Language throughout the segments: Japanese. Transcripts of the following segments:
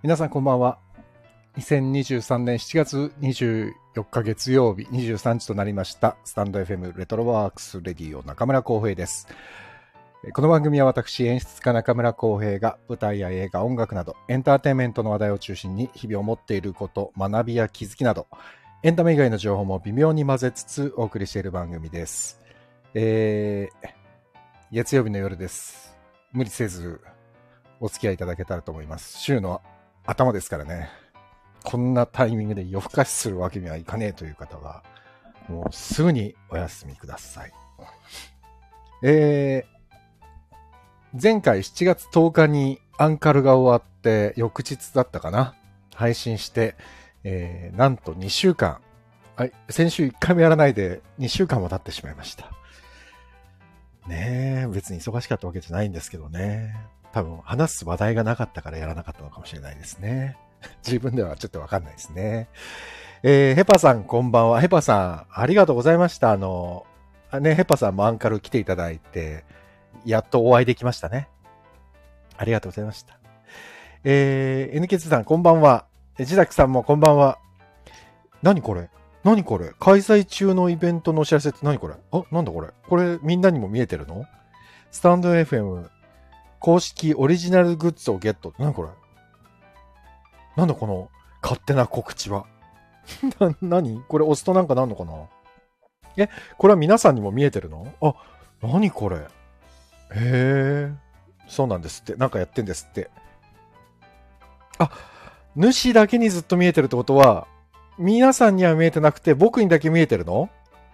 皆さんこんばんは。2023年7月24日月曜日23時となりました。スタンド FM レトロワークスレディオ中村浩平です。この番組は私演出家中村浩平が舞台や映画、音楽などエンターテインメントの話題を中心に日々思っていること、学びや気づきなどエンタメ以外の情報も微妙に混ぜつつお送りしている番組です。月曜日の夜です。無理せずお付き合いいただけたらと思います。週の頭ですからね。こんなタイミングで夜更かしするわけにはいかねえという方はもうすぐにお休みください。前回7月10日にアンカルが終わって翌日だったかな、配信して、なんと2週間、先週1回もやらないで2週間も経ってしまいました。ねえ、別に忙しかったわけじゃないんですけどね。多分話す話題がなかったからやらなかったのかもしれないですね。自分ではちょっとわかんないですね。ヘパさんこんばんは。ヘパさんありがとうございました。ヘパさんもアンカル来ていただいてやっとお会いできましたね。ありがとうございました。NK2 さんこんばんは。ジダクさんもこんばんは。何これ開催中のイベントのお知らせって何これ？なんだこれ？これみんなにも見えてるの？スタンド FM 公式オリジナルグッズをゲット。何これ？なんだこの勝手な告知は。何これ押すとなんかなんのかな？これは皆さんにも見えてるの？何これ？へえ、そうなんですって。なんかやってんですって。主だけにずっと見えてるってことは、皆さんには見えてなくて僕にだけ見えてるの？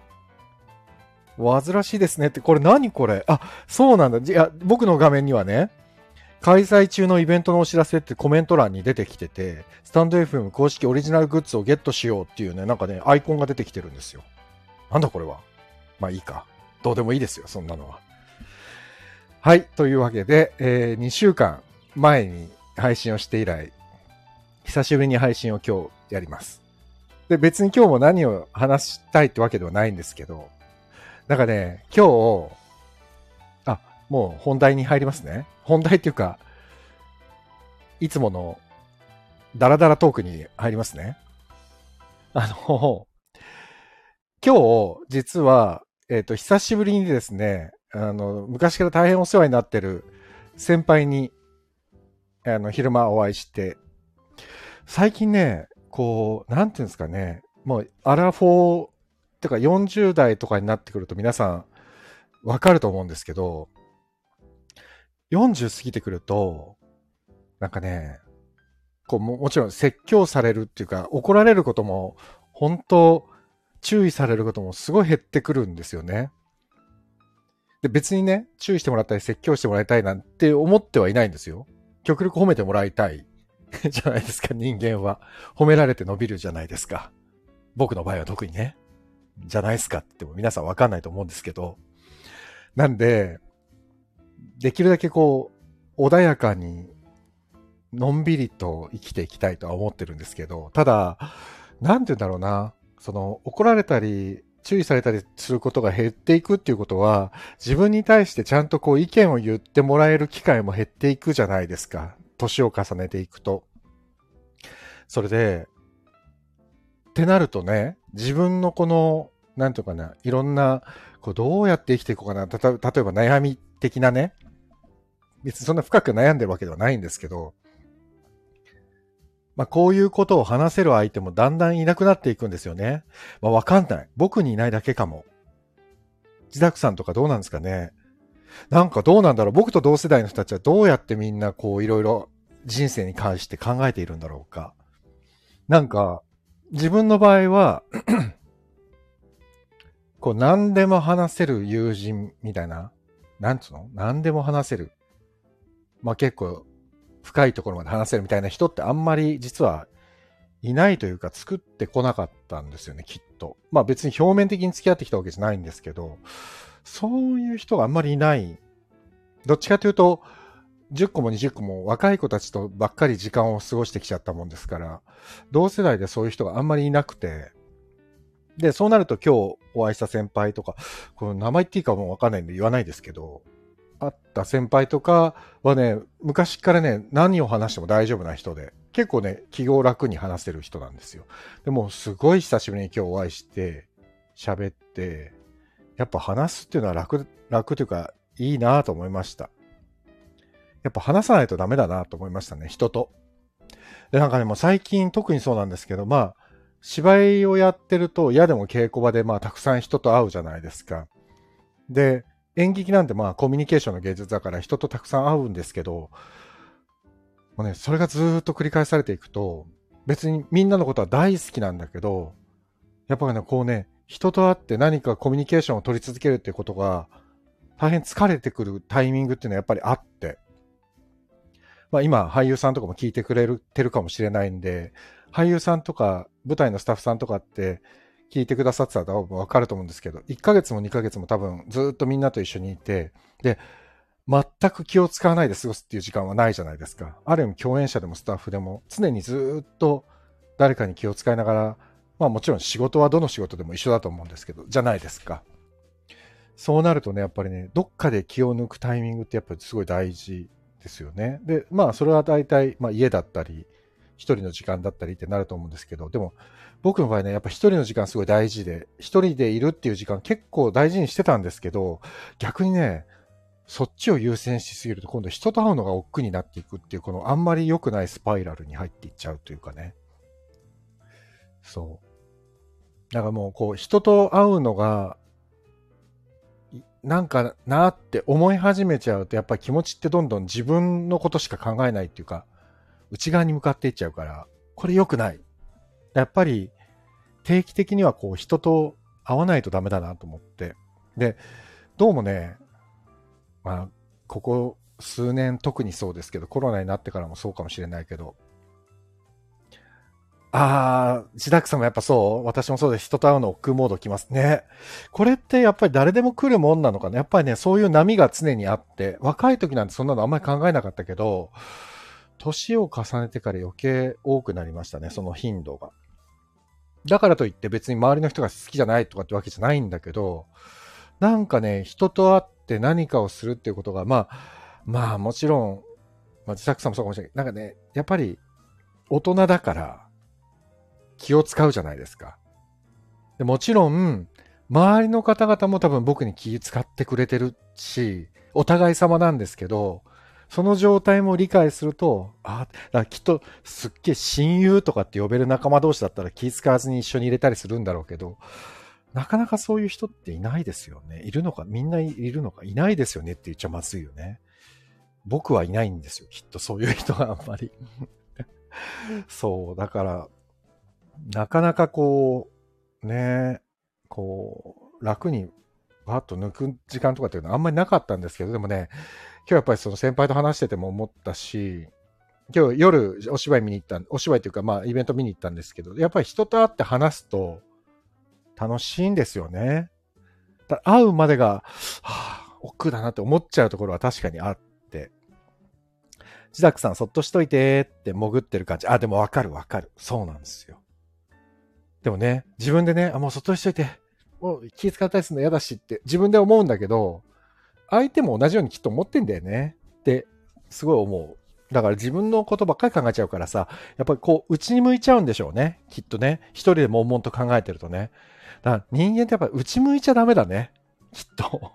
煩わしいですねって。これ何これ？そうなんだ。いや、僕の画面にはね、開催中のイベントのお知らせってコメント欄に出てきてて、スタンド FM 公式オリジナルグッズをゲットしようっていうね、なんかね、アイコンが出てきてるんですよ。なんだこれは。まあいいか。どうでもいいですよ、そんなのは。はい。というわけで、2週間前に配信をして以来、久しぶりに配信を今日やります。で、別に今日も何を話したいってわけではないんですけど、なんかね、今日、もう本題に入りますね。本題っていうか、いつものダラダラトークに入りますね。今日、実は、久しぶりにですね、昔から大変お世話になってる先輩に、昼間お会いして、最近ね、なんていうんですかね、もう、アラフォー、てか40代とかになってくると皆さん、わかると思うんですけど、40過ぎてくると、なんかね、もちろん説教されるっていうか、怒られることも、本当注意されることもすごい減ってくるんですよね。で、別にね、注意してもらったり説教してもらいたいなんて思ってはいないんですよ。極力褒めてもらいたいじゃないですか、人間は。褒められて伸びるじゃないですか。僕の場合は特にね。じゃないですかって言っても皆さんわかんないと思うんですけど。なんで、できるだけ穏やかに、のんびりと生きていきたいとは思ってるんですけど、ただ、なんて言うんだろうな、怒られたり、注意されたりすることが減っていくっていうことは、自分に対してちゃんと意見を言ってもらえる機会も減っていくじゃないですか。年を重ねていくと。それで、ってなるとね、自分のなんていうかな、いろんな、どうやって生きていこうかな、例えば悩み的なね、別にそんな深く悩んでるわけではないんですけど、こういうことを話せる相手もだんだんいなくなっていくんですよね。わかんない。僕にいないだけかも。自宅さんとかどうなんですかね。なんかどうなんだろう。僕と同世代の人たちはどうやってみんないろいろ人生に関して考えているんだろうか。なんか、自分の場合は、何でも話せる友人みたいな。なんつうの？何でも話せる。結構、深いところまで話せるみたいな人ってあんまり実はいないというか作ってこなかったんですよね、きっと。別に表面的に付き合ってきたわけじゃないんですけど、そういう人があんまりいない。どっちかというと、10個も20個も若い子たちとばっかり時間を過ごしてきちゃったもんですから、同世代でそういう人があんまりいなくて、で、そうなると今日お会いした先輩とか、この名前言っていいかもわかんないんで言わないですけど、 会った先輩とかはね、昔からね、何を話しても大丈夫な人で、結構ね、気が楽に話せる人なんですよ。でも、すごい久しぶりに今日お会いして、喋って、やっぱ話すっていうのは楽というか、いいなと思いました。やっぱ話さないとダメだなと思いましたね、人と。で、なんかね、もう最近特にそうなんですけど、まあ、芝居をやってると嫌でも稽古場でまあたくさん人と会うじゃないですか。で、演劇なんてまあコミュニケーションの芸術だから人とたくさん会うんですけど、もうね、それがずーっと繰り返されていくと、別にみんなのことは大好きなんだけど、やっぱりね、こうね、人と会って何かコミュニケーションを取り続けるっていうことが、大変疲れてくるタイミングっていうのはやっぱりあって、まあ今俳優さんとかも聞いてくれてるかもしれないんで、俳優さんとか舞台のスタッフさんとかって聞いてくださってたら多分わかると思うんですけど、1ヶ月も2ヶ月も多分ずっとみんなと一緒にいて、で、全く気を使わないで過ごすっていう時間はないじゃないですか。ある意味共演者でもスタッフでも常にずっと誰かに気を使いながら、まあもちろん仕事はどの仕事でも一緒だと思うんですけど、じゃないですか。そうなるとね、やっぱりね、どっかで気を抜くタイミングってやっぱりすごい大事ですよね。で、まあそれは大体、まあ家だったり、一人の時間だったりってなると思うんですけど、でも僕の場合ね、やっぱ一人の時間すごい大事で、一人でいるっていう時間結構大事にしてたんですけど、逆にね、そっちを優先しすぎると今度人と会うのが億劫になっていくっていう、このあんまり良くないスパイラルに入っていっちゃうというかね。そう。だからもうこう人と会うのがなんかなって思い始めちゃうと、やっぱり気持ちってどんどん自分のことしか考えないっていうか、内側に向かっていっちゃうから、これ良くない。やっぱり定期的にはこう人と会わないとダメだなと思って。で、どうもね、まあ、ここ数年特にそうですけど、コロナになってからもそうかもしれないけど、自宅さんもやっぱそう私もそうです。人と会うの億劫モード来ますね。これってやっぱり誰でも来るもんなのかな。やっぱりね、そういう波が常にあって、若い時なんてそんなのあんまり考えなかったけど、年を重ねてから余計多くなりましたね、その頻度が。だからといって別に周りの人が好きじゃないとかってわけじゃないんだけど、なんかね、人と会って何かをするっていうことが、まあもちろん、まあ自宅さんもそうかもしれないけど、なんかね、やっぱり大人だから、気を使うじゃないですか。でもちろん、周りの方々も多分僕に気使ってくれてるし、お互い様なんですけど、その状態も理解すると、だからきっとすっげえ親友とかって呼べる仲間同士だったら気使わずに一緒に入れたりするんだろうけど、なかなかそういう人っていないですよね。いるのか、みんないるのか、いないですよねって言っちゃまずいよね。僕はいないんですよ。きっとそういう人があんまり。そう、だから、なかなかこう、ね、楽にバッと抜く時間とかっていうのはあんまりなかったんですけど、でもね、今日やっぱりその先輩と話してても思ったし、今日夜お芝居見に行った、お芝居というかまあイベント見に行ったんですけど、やっぱり人と会って話すと楽しいんですよね。会うまでが、億劫だなって思っちゃうところは確かにあって、自宅さんそっとしといてって潜ってる感じ。でもわかるわかる。そうなんですよ。でもね、自分でね、もうそっとしといて、もう気遣ったりするの嫌だしって自分で思うんだけど、相手も同じようにきっと思ってんだよねってすごい思う。だから自分のことばっかり考えちゃうからさ、やっぱりこう内に向いちゃうんでしょうね。きっとね。一人で悶々と考えてるとね。だから人間ってやっぱり内向いちゃダメだね。きっと。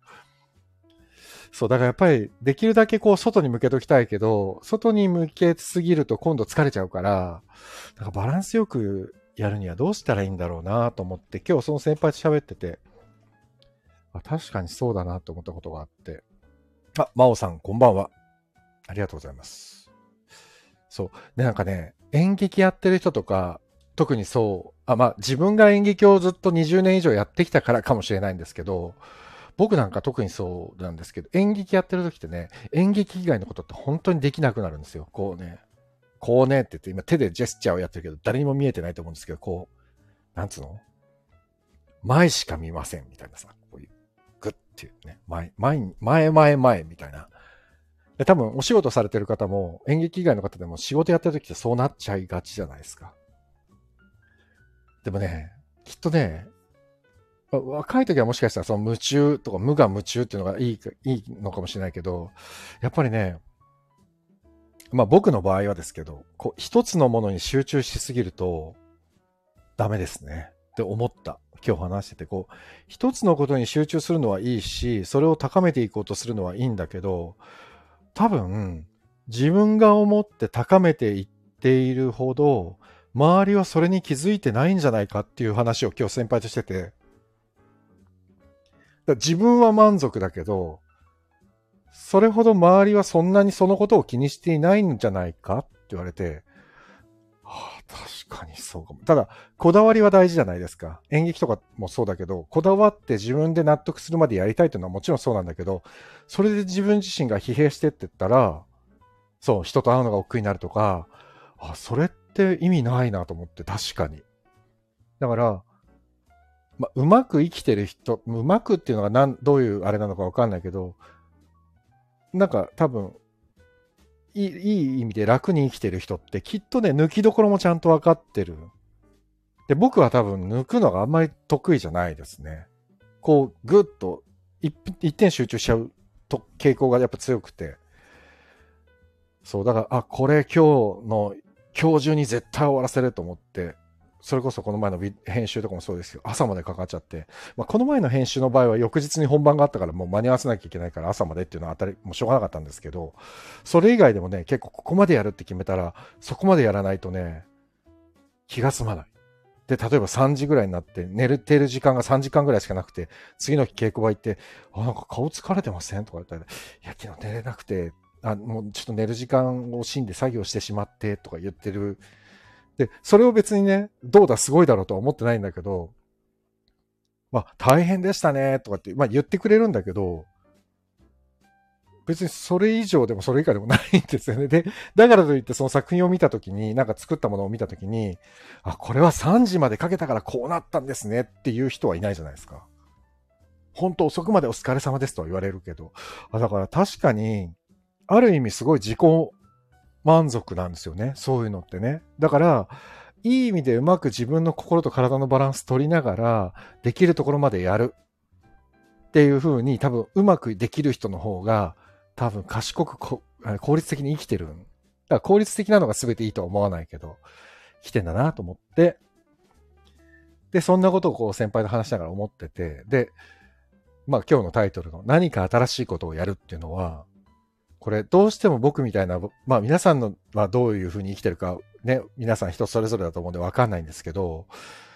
そう、だからやっぱりできるだけこう外に向けときたいけど、外に向けすぎると今度疲れちゃうから、だからバランスよくやるにはどうしたらいいんだろうなと思って、今日その先輩と喋ってて、確かにそうだなと思ったことがあって。真央さんこんばんは。ありがとうございます。そう。で、なんかね、演劇やってる人とか、特にそう、自分が演劇をずっと20年以上やってきたからかもしれないんですけど、僕なんか特にそうなんですけど、演劇やってる時ってね、演劇以外のことって本当にできなくなるんですよ。こうねって言って今手でジェスチャーをやってるけど、誰にも見えてないと思うんですけど、なんつうの前しか見ませんみたいなさ、こういう、グッっていうね、前みたいな。で、多分お仕事されてる方も演劇以外の方でも仕事やってる時ってそうなっちゃいがちじゃないですか。でもね、きっとね、 若い時はもしかしたらその夢中とか無我夢中っていうのがいいのかもしれないけど、やっぱりね、僕の場合はですけど、一つのものに集中しすぎるとダメですねって思った。今日話してて、一つのことに集中するのはいいし、それを高めていこうとするのはいいんだけど、多分、自分が思って高めていっているほど、周りはそれに気づいてないんじゃないかっていう話を今日先輩としてて、自分は満足だけど、それほど周りはそんなにそのことを気にしていないんじゃないかって言われて、確かにそうかも。ただ、こだわりは大事じゃないですか。演劇とかもそうだけど、こだわって自分で納得するまでやりたいというのはもちろんそうなんだけど、それで自分自身が疲弊してってったら、そう、人と会うのが億劫になるとか、それって意味ないなと思って、確かに。だから、うまく生きてる人、うまくっていうのがどういうあれなのかわかんないけど、なんか多分、いい意味で楽に生きてる人ってきっとね、抜きどころもちゃんと分かってる。で、僕は多分抜くのがあんまり得意じゃないですね。ぐっと一点集中しちゃうと傾向がやっぱ強くて。そう、だから、これ今日中に絶対終わらせると思って、それこそこの前の編集とかもそうですけど、朝までかかっちゃって、この前の編集の場合は翌日に本番があったからもう間に合わせなきゃいけないから朝までっていうのはもうしょうがなかったんですけど、それ以外でもね、結構ここまでやるって決めたら、そこまでやらないとね、気が済まない。で、例えば3時ぐらいになって寝てる時間が3時間ぐらいしかなくて、次の日稽古場行って、なんか顔疲れてませんとか言ったら、いや、昨日寝れなくて、もうちょっと寝る時間を惜しんで作業してしまってとか言ってる。で、それを別にね、どうだすごいだろうとは思ってないんだけど、大変でしたねとかって、言ってくれるんだけど、別にそれ以上でもそれ以下でもないんですよね。で、だからといってその作品を見たときに、なんか作ったものを見たときに、これは3時までかけたからこうなったんですねっていう人はいないじゃないですか。本当遅くまでお疲れ様ですとは言われるけど。だから確かに、ある意味すごい自己満足なんですよね。そういうのってね。だから、いい意味でうまく自分の心と体のバランス取りながら、できるところまでやるっていう風に多分うまくできる人の方が、多分賢く効率的に生きてる。だから効率的なのが全ていいとは思わないけど、生きてんだなと思って、で、そんなことを先輩と話しながら思ってて、で、今日のタイトルの何か新しいことをやるっていうのは、これどうしても僕みたいな、皆さんのはどういうふうに生きてるか、ね、皆さん人それぞれだと思うんでわかんないんですけど、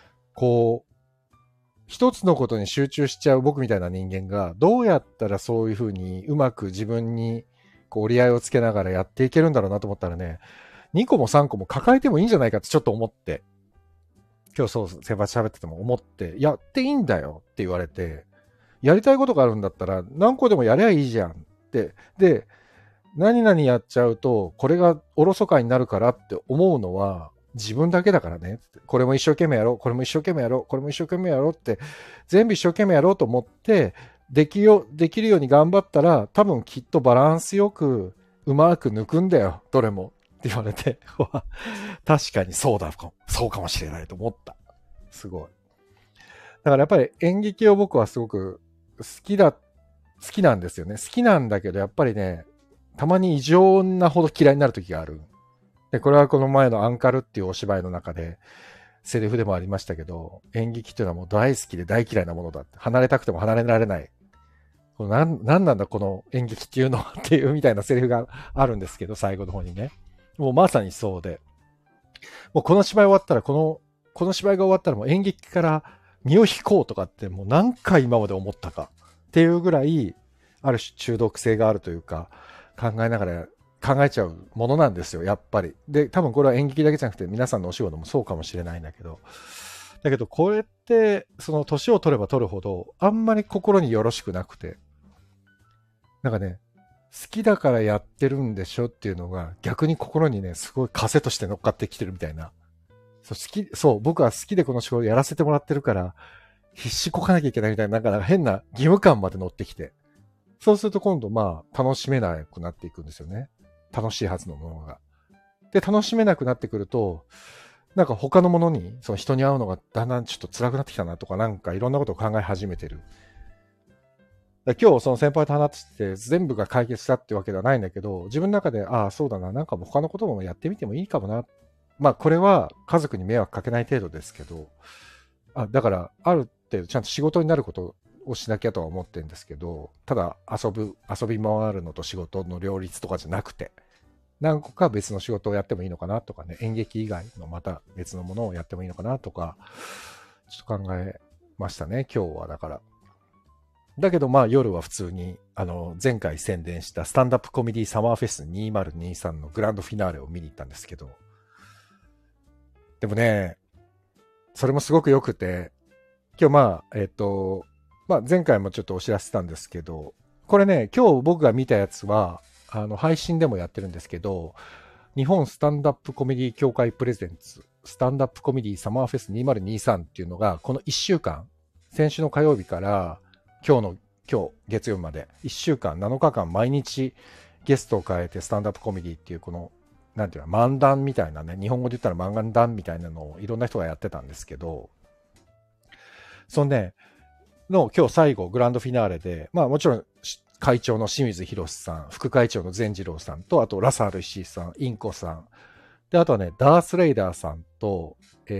一つのことに集中しちゃう僕みたいな人間が、どうやったらそういうふうにうまく自分に折り合いをつけながらやっていけるんだろうなと思ったらね、2個も3個も抱えてもいいんじゃないかってちょっと思って、今日先輩喋ってても思って、やっていいんだよって言われて、やりたいことがあるんだったら何個でもやりゃいいじゃんって。で、何々やっちゃうと、これがおろそかになるからって思うのは自分だけだからね。これも一生懸命やろう、これも一生懸命やろう、これも一生懸命やろうって、全部一生懸命やろうと思って、できるように頑張ったら、多分きっとバランスよく、うまく抜くんだよ、どれも。って言われて、確かにそうかもしれないと思った。すごい。だからやっぱり演劇を僕はすごく好きなんですよね。好きなんだけど、やっぱりね、たまに異常なほど嫌いになる時がある。で、これはこの前のアンカルっていうお芝居の中で、セリフでもありましたけど、演劇っていうのはもう大好きで大嫌いなものだって。離れたくても離れられない。なんなんだこの演劇っていうのはっていうみたいなセリフがあるんですけど、最後の方にね。もうまさにそうで。もうこの芝居終わったら、この芝居が終わったらもう演劇から身を引こうとかってもう何回今まで思ったかっていうぐらい、ある種中毒性があるというか、考えながら考えちゃうものなんですよ、やっぱり。で、多分これは演劇だけじゃなくて皆さんのお仕事もそうかもしれないんだけど、だけどこれって、その年を取れば取るほど、あんまり心によろしくなくて、なんかね、好きだからやってるんでしょっていうのが逆に心にね、すごい枷として乗っかってきてるみたいな。僕は好きでこの仕事やらせてもらってるから、必死こかなきゃいけないみたいな、なんか変な義務感まで乗ってきて。そうすると今度楽しめなくなっていくんですよね。楽しいはずのものが。で、楽しめなくなってくると、 なんか他のものに、その人に会うのがだんだんちょっと辛くなってきたなとか、なんかいろんなことを考え始めてる。今日その先輩と話して全部が解決したってわけではないんだけど、自分の中で、ああ、そうだな、なんか他のこともやってみてもいいかもな。まあこれは家族に迷惑かけない程度ですけど、だからある程度ちゃんと仕事になることをしなきゃとは思ってるんですけど、ただ遊び回るのと仕事の両立とかじゃなくて、何個か別の仕事をやってもいいのかなとかね、演劇以外のまた別のものをやってもいいのかなとか、ちょっと考えましたね、今日はだから。だけどまあ夜は普通に、前回宣伝したスタンダップコメディサマーフェス2023のグランドフィナーレを見に行ったんですけど、でもね、それもすごく良くて、今日前回もちょっとお知らせしたんですけど、これね、今日僕が見たやつは、配信でもやってるんですけど、日本スタンダップコメディ協会プレゼンツ、スタンダップコメディサマーフェス2023っていうのが、この1週間、先週の火曜日から今日月曜日まで、1週間、7日間毎日ゲストを変えてスタンダップコメディっていうこの、なんていうの、漫談みたいなね、日本語で言ったら漫談みたいなのをいろんな人がやってたんですけど、そのね、今日最後グランドフィナーレで、まあもちろん会長の清水博さん、副会長の善次郎さんと、あとラサール石井さん、インコさん、で、あとはね、ダースレイダーさんと、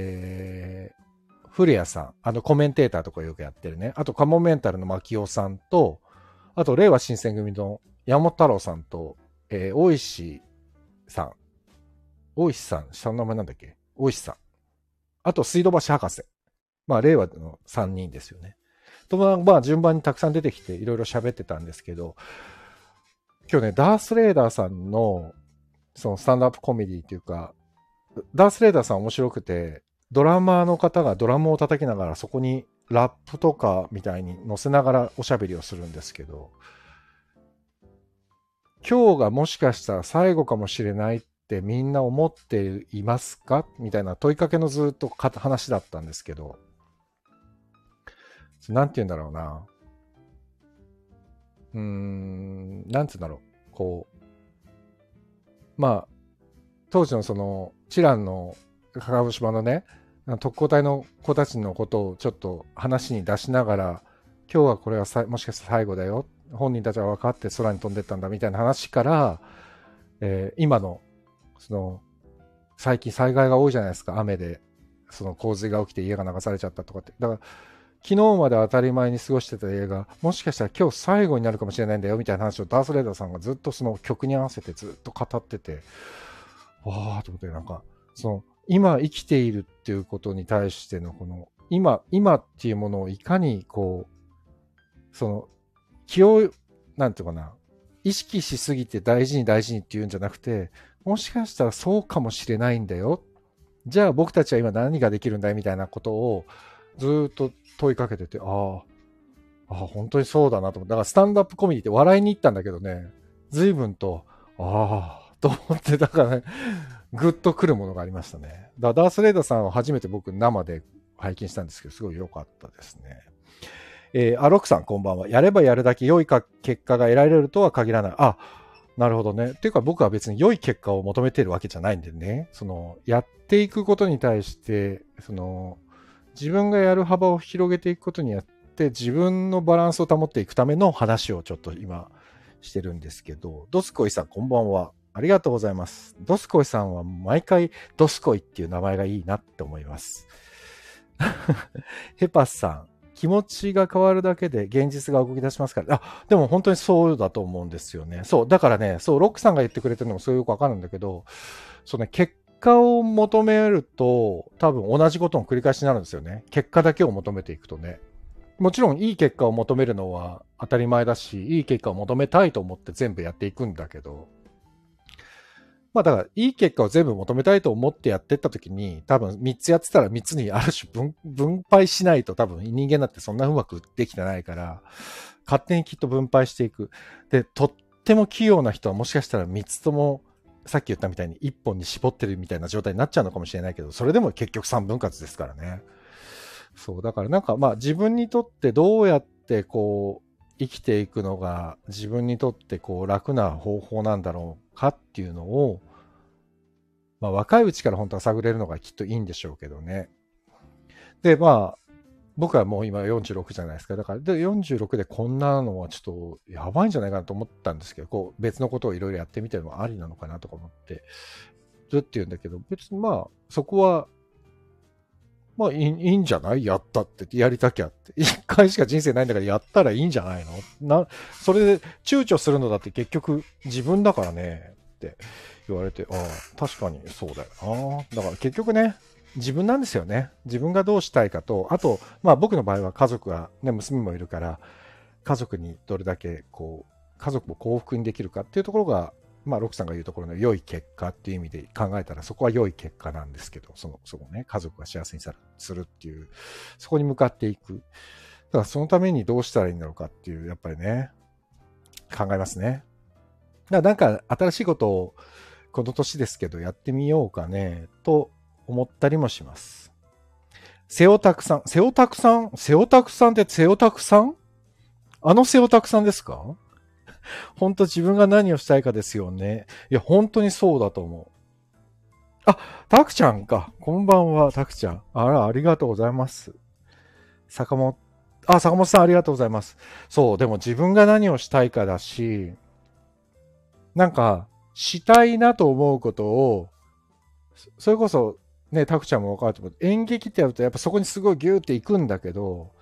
フレアさん、コメンテーターとかよくやってるね。あとカモメンタルの牧雄さんと、あと令和新選組の山本太郎さんと、大石さん、大石さん、下の名前なんだっけ、大石さん。あと水道橋博士。まあ令和の3人ですよね。とまあ順番にたくさん出てきていろいろ喋ってたんですけど、今日ね、ダースレーダーさんのそのスタンドアップコメディっていうか、ダースレーダーさん面白くて、ドラマーの方がドラムを叩きながらそこにラップとかみたいに乗せながらおしゃべりをするんですけど、今日がもしかしたら最後かもしれないってみんな思っていますかみたいな問いかけのずっと話だったんですけど、なんて言うんだろうな。なんて言うんだろう。こう、まあ、当時のその、チランの鹿児島のね、特攻隊の子たちのことをちょっと話に出しながら、今日はこれはもしかしたら最後だよ。本人たちは分かって空に飛んでったんだみたいな話から、今の、その、最近災害が多いじゃないですか、雨で。その洪水が起きて家が流されちゃったとかって。だから、昨日まで当たり前に過ごしてた映画、もしかしたら今日最後になるかもしれないんだよみたいな話をダース・レーダーさんがずっとその曲に合わせてずっと語ってて、わーと思って、なんか、その、今生きているっていうことに対してのこの、今っていうものをいかにこう、その、気を、なんていうかな、意識しすぎて大事に大事にっていうんじゃなくて、もしかしたらそうかもしれないんだよ。じゃあ僕たちは今何ができるんだいみたいなことをずっと問いかけてて、本当にそうだなと思って。だからスタンドアップコメディって笑いに行ったんだけどね、随分と、と思って、だからね、ぐっと来るものがありましたね。ダース・レイダーさんを初めて僕生で拝見したんですけど、すごい良かったですね。ロックさんこんばんは。やればやるだけ良い結果が得られるとは限らない。なるほどね。っていうか僕は別に良い結果を求めているわけじゃないんでね。その、やっていくことに対して、その、自分がやる幅を広げていくことによって自分のバランスを保っていくための話をちょっと今してるんですけど、ドスコイさんこんばんは。ありがとうございます。ドスコイさんは毎回ドスコイっていう名前がいいなって思います。ヘパスさん、気持ちが変わるだけで現実が動き出しますから。でも本当にそうだと思うんですよね。そう、だからね、そう、ロックさんが言ってくれてるのもそうよくわかるんだけど、そうね、結果を求めると、多分同じことの繰り返しになるんですよね。結果だけを求めていくとね。もちろんいい結果を求めるのは当たり前だし、いい結果を求めたいと思って全部やっていくんだけど、まあだから、いい結果を全部求めたいと思ってやってった時に、多分3つやってたら3つにある種分配しないと多分人間だってそんなうまくできてないから、勝手にきっと分配していく。で、とっても器用な人はもしかしたら3つとも、さっき言ったみたいに1本に絞ってるみたいな状態になっちゃうのかもしれないけど、それでも結局3分割ですからね。そう、だからなんかまあ自分にとってどうやってこう、生きていくのが自分にとってこう楽な方法なんだろうかっていうのをまあ若いうちから本当は探れるのがきっといいんでしょうけどね。で、まあ、僕はもう今46じゃないですか。だから、で、46でこんなのはちょっとやばいんじゃないかなと思ったんですけど、こう別のことをいろいろやってみてもありなのかなとか思って、ずって言うんだけど、別にまあ、そこは、まあいいんじゃないやったってやりたきゃって。一回しか人生ないんだからやったらいいんじゃないのそれで躊躇するのだって結局自分だからねって言われて、ああ、確かにそうだよな。だから結局ね、自分なんですよね。自分がどうしたいかと、あと、まあ僕の場合は家族がね、娘もいるから、家族にどれだけこう、家族を幸福にできるかっていうところが、まあ、ロクさんが言うところの良い結果っていう意味で考えたら、そこは良い結果なんですけど、そこね、家族が幸せにするっていう、そこに向かっていく。だからそのためにどうしたらいいんだろうかっていう、やっぱりね、考えますね。だからなんか新しいことをこの年ですけどやってみようかね、と思ったりもします。瀬尾拓さん、瀬尾拓さん、瀬尾拓さんって瀬尾拓さん、あの瀬尾拓さんですか？本当自分が何をしたいかですよね。いや、本当にそうだと思う。あ、たくちゃんか。こんばんは、たくちゃん。あら、ありがとうございます。坂本、坂本さんありがとうございます。そう、でも自分が何をしたいかだし、なんか、したいなと思うことを、それこそ、ね、たくちゃんも分かると思う。演劇ってやると、やっぱそこにすごいギューっていくんだけど、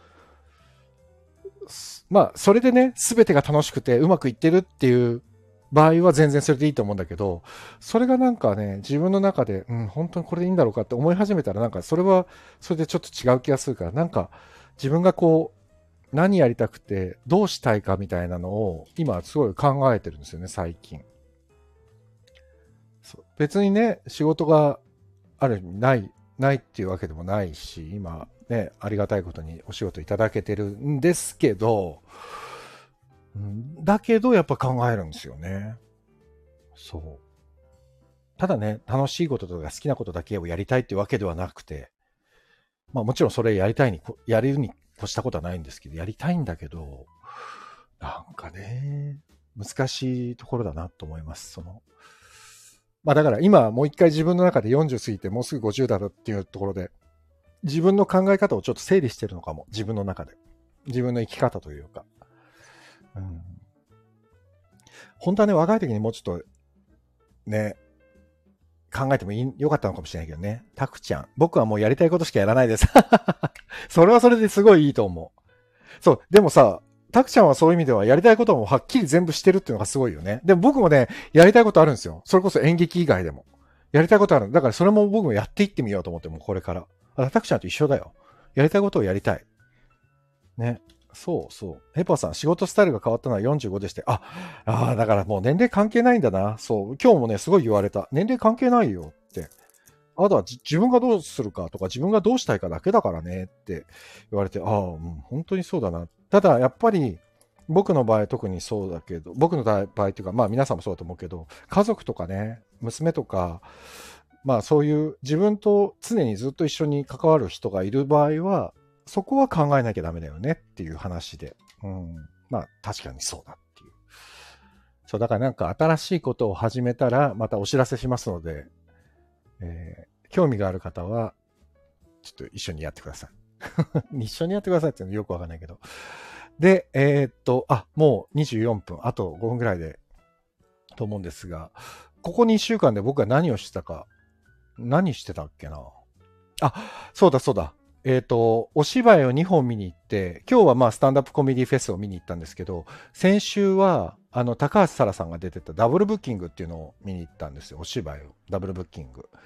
まあ、それでね、すべてが楽しくてうまくいってるっていう場合は全然それでいいと思うんだけど、それがなんかね、自分の中で、本当にこれでいいんだろうかって思い始めたら、なんかそれは、それでちょっと違う気がするから、なんか自分がこう、何やりたくて、どうしたいかみたいなのを、今すごい考えてるんですよね、最近。別にね、仕事がある意味ないっていうわけでもないし、今ね、ありがたいことにお仕事いただけてるんですけど、だけどやっぱ考えるんですよね。そう。ただね、楽しいこととか好きなことだけをやりたいっていうわけではなくて、まあもちろんそれやれるに越したことはないんですけど、やりたいんだけど、なんかね、難しいところだなと思います。まあだから今もう一回自分の中で40過ぎてもうすぐ50だろっていうところで、自分の考え方をちょっと整理してるのかも。自分の中で。自分の生き方というか。うん、本当はね、若い時にもうちょっとね、考えてもよかったのかもしれないけどね。タクちゃん。僕はもうやりたいことしかやらないです。それはそれですごいいいと思う。そう。でもさ、タクちゃんはそういう意味ではやりたいこともはっきり全部してるっていうのがすごいよね。でも僕もね、やりたいことあるんですよ。それこそ演劇以外でも。やりたいことある。だからそれも僕もやっていってみようと思って、もうこれから。タクちゃんと一緒だよ。やりたいことをやりたい。ね。そうそう。ヘパさん、仕事スタイルが変わったのは45でして。だからもう年齢関係ないんだな。そう。今日もね、すごい言われた。年齢関係ないよって。あとは自分がどうするかとか、自分がどうしたいかだけだからねって言われて、本当にそうだな。ただ、やっぱり、僕の場合特にそうだけど、僕の場合っていうか、まあ皆さんもそうだと思うけど、家族とかね、娘とか、まあそういう自分と常にずっと一緒に関わる人がいる場合は、そこは考えなきゃダメだよねっていう話で。まあ確かにそうだっていう。そう、だからなんか新しいことを始めたら、またお知らせしますので、興味がある方は、ちょっと一緒にやってください。一緒にやってくださいっていうのよくわかんないけど。で、もう24分、あと5分ぐらいで、と思うんですが、ここ2週間で僕が何をしてたか、何してたっけな。そうだそうだ。お芝居を2本見に行って、今日はまあスタンダップコメディフェスを見に行ったんですけど、先週は、高橋沙羅さんが出てたダブルブッキングっていうのを見に行ったんですよ。お芝居を。ダブルブッキング。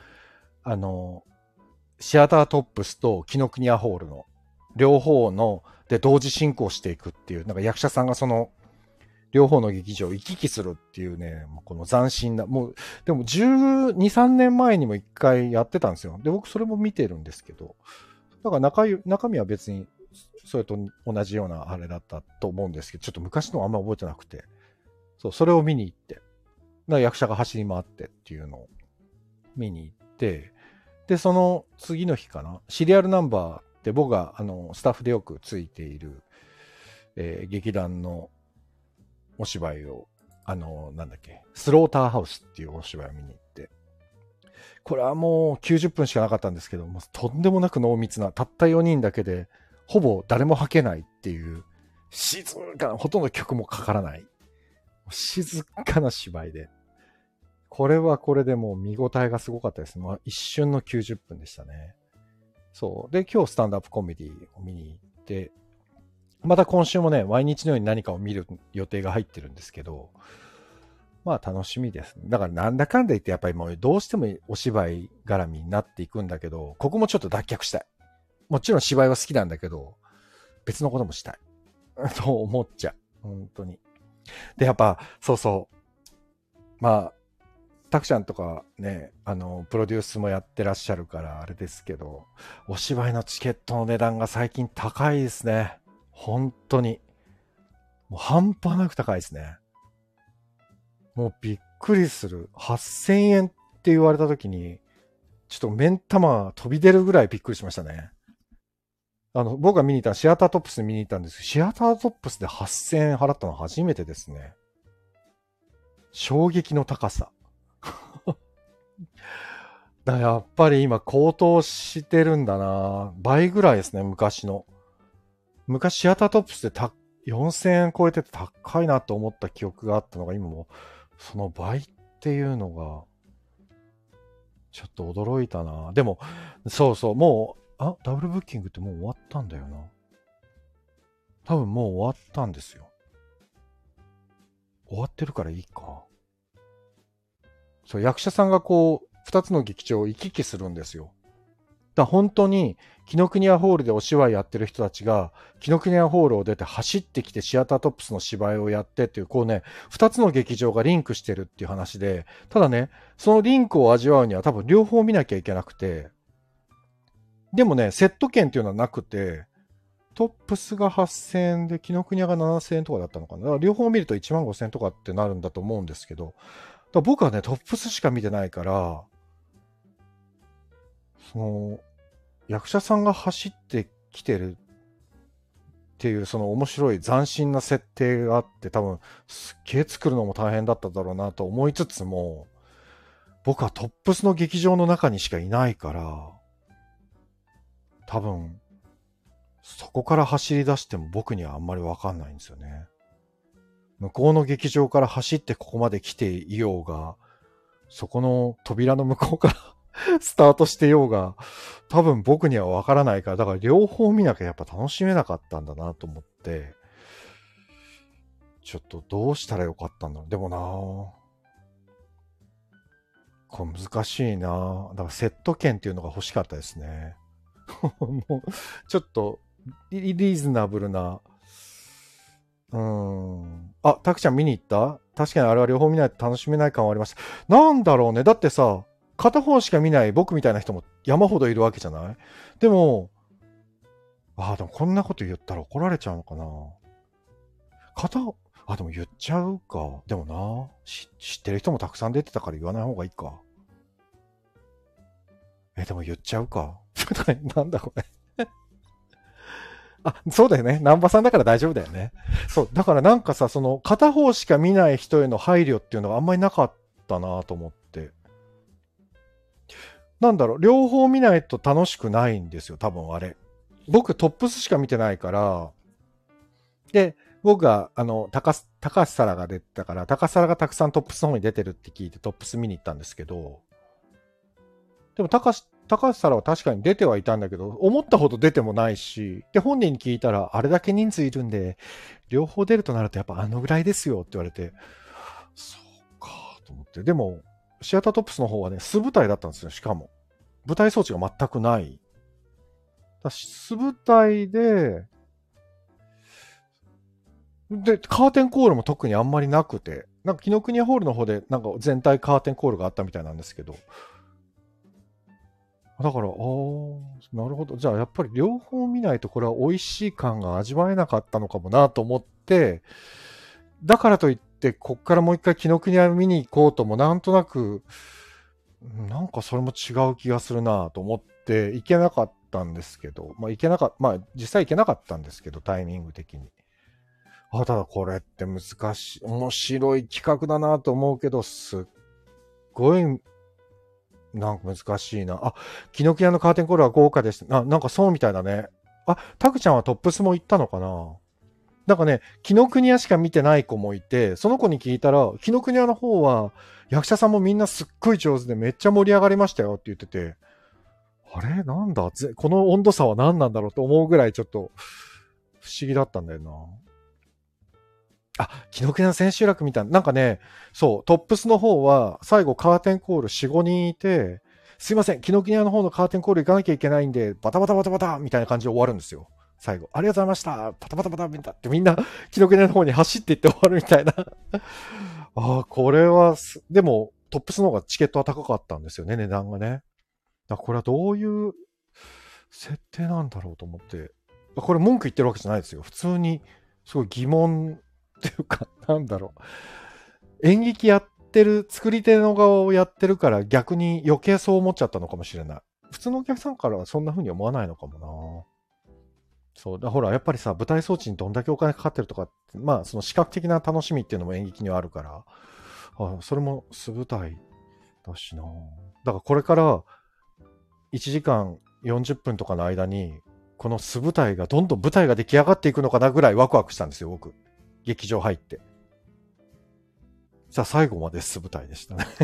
シアタートップスと紀ノ国屋ホールの両方ので同時進行していくっていう、なんか役者さんがその両方の劇場を行き来するっていうね、この斬新な、もう、でも12、3年前にも一回やってたんですよ。で、僕それも見てるんですけど、だから中身は別にそれと同じようなあれだったと思うんですけど、ちょっと昔のあんま覚えてなくて、そう、それを見に行って、役者が走り回ってっていうのを見に行って、で、その次の日かな、シリアルナンバーって僕がスタッフでよくついている、劇団のお芝居を、なんだっけ、スローターハウスっていうお芝居を見に行って、 これはもう90分しかなかったんですけど、もうとんでもなく濃密な、たった4人だけで、ほぼ誰も吐けないっていう、静かな、ほとんど曲もかからない。静かな芝居で。これはこれでもう見応えがすごかったです。まあ一瞬の90分でしたね。そう。で、今日スタンドアップコメディを見に行って、また今週もね、毎日のように何かを見る予定が入ってるんですけど、まあ楽しみです。だからなんだかんだ言ってやっぱりもうどうしてもお芝居絡みになっていくんだけど、ここもちょっと脱却したい。もちろん芝居は好きなんだけど、別のこともしたい。と思っちゃう。本当に。で、やっぱ、そうそう。まあ、たくちゃんとかね、プロデュースもやってらっしゃるからあれですけど、お芝居のチケットの値段が最近高いですね。本当に。もう半端なく高いですね。もうびっくりする。8000円って言われた時に、ちょっと目ん玉飛び出るぐらいびっくりしましたね。僕が見に行ったシアタートップス見に行ったんですけど、シアタートップスで8000円払ったの初めてですね。衝撃の高さ。だやっぱり今高騰してるんだな。倍ぐらいですね、昔の。昔シアタートップスで4000円超えてて高いなと思った記憶があったのが今もその倍っていうのがちょっと驚いたな。でも、そうそう、もう、ダブルブッキングってもう終わったんだよな。多分もう終わったんですよ。終わってるからいいか。そう、役者さんがこう、二つの劇場を行き来するんですよ。だ本当に、紀ノ国屋ホールでお芝居やってる人たちが、紀ノ国屋ホールを出て走ってきてシアタートップスの芝居をやってっていう、こうね、二つの劇場がリンクしてるっていう話で、ただね、そのリンクを味わうには多分両方見なきゃいけなくて、でもね、セット券っていうのはなくて、トップスが8000円で、紀ノ国屋が7000円とかだったのかな。だから両方見ると1万5000円とかってなるんだと思うんですけど、だから僕はね、トップスしか見てないから、その、役者さんが走ってきてるっていう、その面白い斬新な設定があって、多分、すっげえ作るのも大変だっただろうなと思いつつも、僕はトップスの劇場の中にしかいないから、多分、そこから走り出しても僕にはあんまりわかんないんですよね。向こうの劇場から走ってここまで来ていようが、そこの扉の向こうからスタートしてようが、多分僕にはわからないから、だから両方見なきゃやっぱ楽しめなかったんだなと思って、ちょっとどうしたらよかったんだろう。でもなぁ、これ難しいなぁ。だからセット券っていうのが欲しかったですね。もう、ちょっとリーズナブルな、たくちゃん見に行った？確かにあれは両方見ないと楽しめない感はありました。なんだろうね。だってさ、片方しか見ない僕みたいな人も山ほどいるわけじゃない？でも、でもこんなこと言ったら怒られちゃうのかな。でも言っちゃうか。でもな、知ってる人もたくさん出てたから言わない方がいいか。でも言っちゃうか。なんだこれ。そうだよね。南波さんだから大丈夫だよね。そう。だからなんかさ、その片方しか見ない人への配慮っていうのがあんまりなかったなと思って。なんだろう、両方見ないと楽しくないんですよ、多分あれ。僕トップスしか見てないから、で、僕が、高橋沙羅が出てたから、高橋沙羅がたくさんトップスの方に出てるって聞いてトップス見に行ったんですけど、でも高橋沙羅は確かに出てはいたんだけど、思ったほど出てもないし、で、本人に聞いたら、あれだけ人数いるんで、両方出るとなるとやっぱあのぐらいですよって言われて、そうかと思って。でも、シアタートップスの方はね、素舞台だったんですよ、しかも。舞台装置が全くない。素舞台で、カーテンコールも特にあんまりなくて、なんか紀ノ国屋ホールの方でなんか全体カーテンコールがあったみたいなんですけど、だから、なるほど。じゃあやっぱり両方見ないとこれは美味しい感が味わえなかったのかもなと思って、だからといって、こっからもう一回紀ノ国屋見に行こうともなんとなく、なんかそれも違う気がするなと思って行けなかったんですけど、実際行けなかったんですけど、タイミング的に。ただこれって難しい、面白い企画だなと思うけど、すっごいなんか難しいな。あ、紀ノ国屋のカーテンコールは豪華です。なんかそうみたいだね。あ、タクちゃんはトップスも行ったのかな。なんかね、紀ノ国屋しか見てない子もいて、その子に聞いたら、紀ノ国屋の方は、役者さんもみんなすっごい上手でめっちゃ盛り上がりましたよって言ってて、あれなんだこの温度差は何なんだろうと思うぐらいちょっと不思議だったんだよな。あ、紀ノ国屋の千秋楽みたいな。なんかね、そう、トップスの方は最後カーテンコール4、5人いて、すいません、紀ノ国屋の方のカーテンコール行かなきゃいけないんで、バタバタバタバタみたいな感じで終わるんですよ。最後。ありがとうございました。バタバタバタみたいなってみんな紀ノ国屋の方に走っていって終わるみたいな。ああ、これはでもトップスの方がチケットは高かったんですよね、値段がね。だこれはどういう設定なんだろうと思って。これ文句言ってるわけじゃないですよ。普通に、すごい疑問っていうか、なんだろう。演劇やってる、作り手の側をやってるから逆に余計そう思っちゃったのかもしれない。普通のお客さんからはそんな風に思わないのかもな。そうだ、ほら、やっぱりさ、舞台装置にどんだけお金かかってるとかって、まあ、その視覚的な楽しみっていうのも演劇にはあるから、それも素舞台だしな。だからこれから1時間40分とかの間に、この素舞台がどんどん舞台が出来上がっていくのかなぐらいワクワクしたんですよ、僕。劇場入って。じゃあ最後まで素舞台でしたね。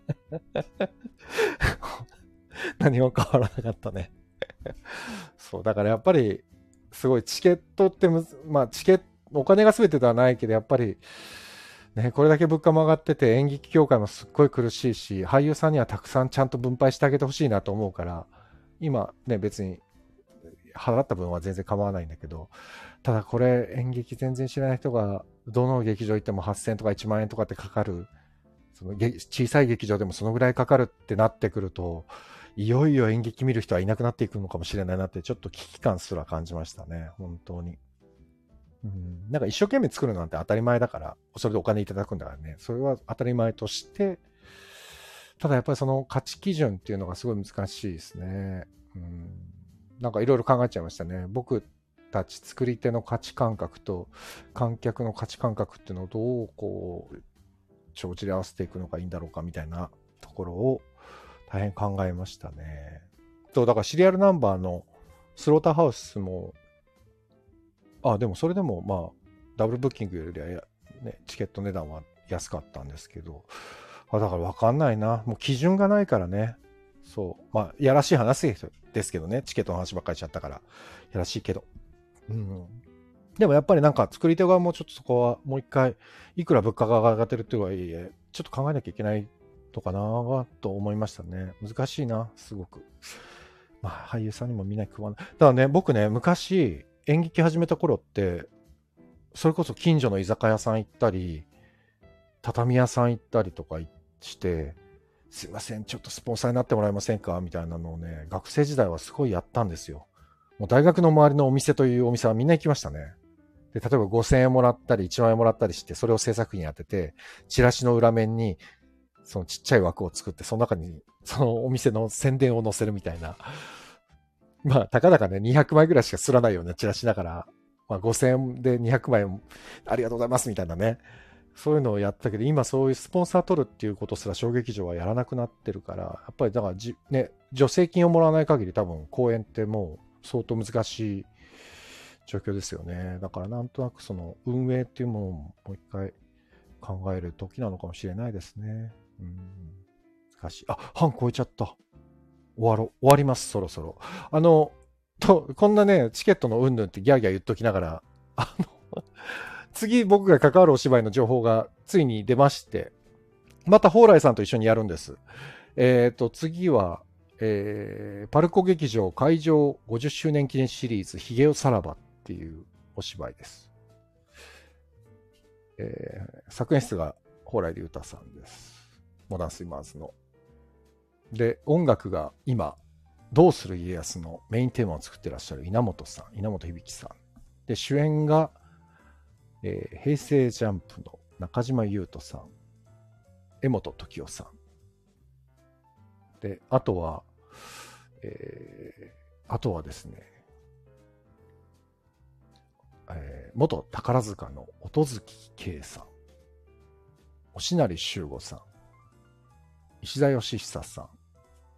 何も変わらなかったね。そう、だからやっぱり、すごいチケットってまあチケット、お金が全てではないけど、やっぱり、ね、これだけ物価も上がってて演劇協会もすっごい苦しいし、俳優さんにはたくさんちゃんと分配してあげてほしいなと思うから、今ね、別に払った分は全然構わないんだけど、ただこれ演劇全然知らない人がどの劇場行っても8000円とか1万円とかってかかる、その小さい劇場でもそのぐらいかかるってなってくると、いよいよ演劇見る人はいなくなっていくのかもしれないなってちょっと危機感すら感じましたね、本当に。うん、なんか一生懸命作るなんて当たり前だから、それでお金いただくんだからね、それは当たり前として、ただやっぱりその価値基準っていうのがすごい難しいですね。うん、なんかいろいろ考えちゃいましたね。僕たち作り手の価値感覚と観客の価値感覚っていうのをどうこう帳尻合わせていくのがいいんだろうかみたいなところを大変考えましたね。そう、だからシリアルナンバーのスローターハウスも、でもそれでもまあ、ダブルブッキングよりはね、チケット値段は安かったんですけど、だからわかんないな。もう基準がないからね。そう。まあ、やらしい話ですけどね。チケットの話ばっかりしちゃったから。やらしいけど。うん。でもやっぱりなんか作り手側もちょっとそこはもう一回、いくら物価が上がってるっていうはいえ、ちょっと考えなきゃいけないのかなと思いましたね。難しいな、すごく。まあ、俳優さんにもみんな食わない。だからね、僕ね、昔演劇始めた頃って、それこそ近所の居酒屋さん行ったり、畳屋さん行ったりとかして、すいません、ちょっとスポンサーになってもらえませんかみたいなのをね、学生時代はすごいやったんですよ。もう大学の周りのお店というお店はみんな行きましたね。で、例えば5000円もらったり1万円もらったりして、それを制作費に当てて、チラシの裏面に、そのちっちゃい枠を作って、その中にそのお店の宣伝を載せるみたいな。まあ、たかだかね、200枚ぐらいしかすらないようなチラシだから、まあ5000円で200枚ありがとうございますみたいなね。そういうのをやったけど、今そういうスポンサー取るっていうことすら小劇場はやらなくなってるから、やっぱりだからね、助成金をもらわない限り多分公演ってもう相当難しい状況ですよね。だからなんとなくその運営っていうものももう一回考える時なのかもしれないですね。うん。難しい。半超えちゃった。終わります、そろそろ。こんなね、チケットのうんぬんってギャーギャー言っときながら、次僕が関わるお芝居の情報がついに出まして、また蓬莱さんと一緒にやるんです。次は、パルコ劇場会場50周年記念シリーズ、ヒゲオさらばっていうお芝居です。作演出が蓬莱竜太さんです。モダンスイマーズの。で、音楽が今、どうする家康のメインテーマを作ってらっしゃる稲本響さん。で、主演が、平成ジャンプの中島裕翔さん、江本時生さん。で、あとはですね、元宝塚の音月圭さん、押成修吾さん、石田義久さん、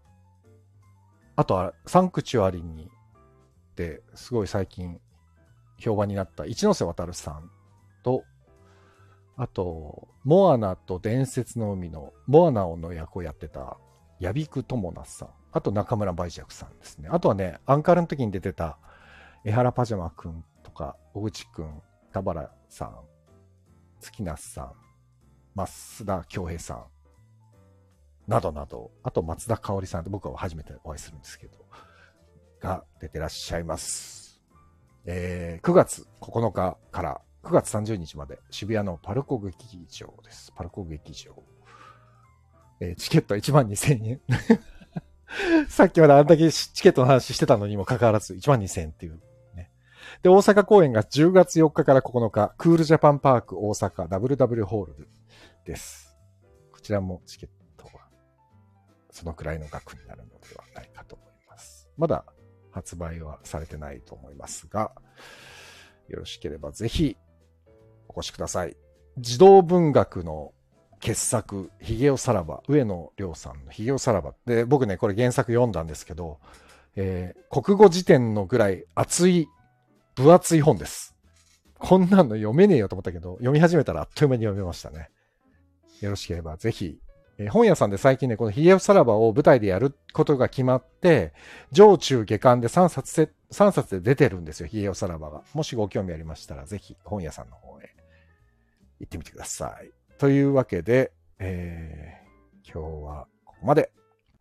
あとはサンクチュアリにですごい最近評判になった一ノ瀬渡さんと、あとモアナと伝説の海のモアナの役をやってたヤビクトモナさん、あと中村梅雀さんですね。あとはね、アンカールの時に出てた江原パジャマくんとか小口くん、田原さん、月梨さん、増田恭平さんなどなど、あと松田香織さんと僕は初めてお会いするんですけどが出てらっしゃいます。9月9日から9月30日まで渋谷のパルコ劇場です。パルコ劇場。チケット12,000円。さっきまであんだけチケットの話してたのにもかかわらず12,000円っていうね。で、大阪公演が10月4日から9日、クールジャパンパーク大阪 WW ホールです。こちらもチケットはそのくらいの額になるのではないかと思います。まだ発売はされてないと思いますが、よろしければぜひお越しください。児童文学の傑作、ひげおさらば、上野亮さんのひげおさらば。で、僕ね、これ原作読んだんですけど、国語辞典のぐらい分厚い本です。こんなの読めねえよと思ったけど、読み始めたらあっという間に読めましたね。よろしければぜひ、本屋さんで最近ね、このひげおさらばを舞台でやることが決まって、上中下巻で3冊で出てるんですよ、ひげおさらばが。もしご興味ありましたら、ぜひ本屋さんの方へ行ってみてください。というわけで、今日はここまで。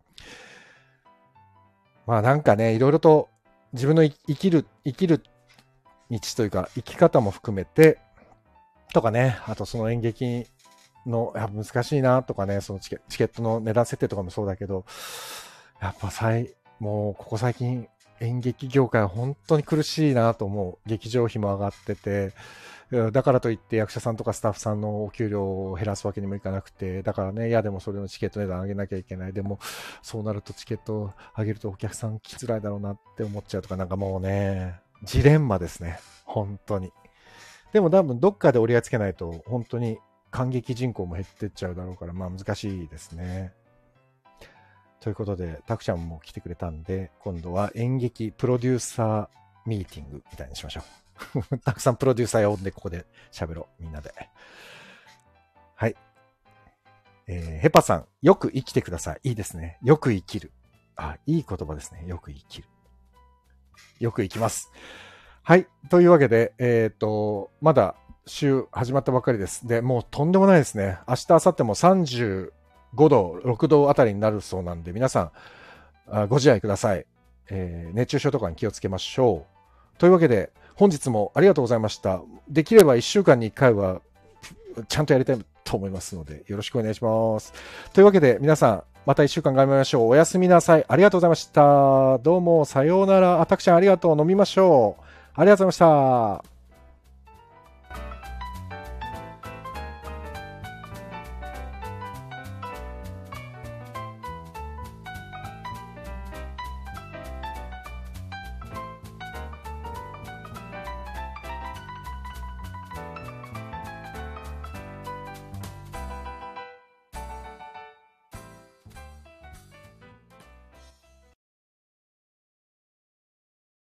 まあなんかね、いろいろと自分の生きる道というか、生き方も含めて、とかね、あとその演劇の、難しいなとかね、そのチケットの値段設定とかもそうだけど、やっぱもうここ最近演劇業界は本当に苦しいなと思う。劇場費も上がってて、だからといって役者さんとかスタッフさんのお給料を減らすわけにもいかなくて、だからね、いやでもそれのチケット値段上げなきゃいけない。でも、そうなるとチケットを上げるとお客さん来づらいだろうなって思っちゃうとか、なんかもうね、ジレンマですね。本当に。でも多分どっかで折り合いつけないと、本当に観劇人口も減ってっちゃうだろうから、まあ難しいですね。ということで、たくちゃんも来てくれたんで、今度は演劇プロデューサーミーティングみたいにしましょう。たくさんプロデューサー呼んでここで喋ろう。みんなで。はい。ヘパさん、よく生きてください。いいですね。よく生きる。いい言葉ですね。よく生きる。よく生きます。はい。というわけで、まだ週始まったばっかりです。で、もうとんでもないですね。明日、明後日も35度、6度あたりになるそうなんで、皆さん、ご自愛ください。熱中症とかに気をつけましょう。というわけで、本日もありがとうございました。できれば1週間に1回はちゃんとやりたいと思いますので、よろしくお願いします。というわけで皆さん、また1週間頑張りましょう。おやすみなさい。ありがとうございました。どうも、さようなら。たくちゃんありがとう。飲みましょう。ありがとうございました。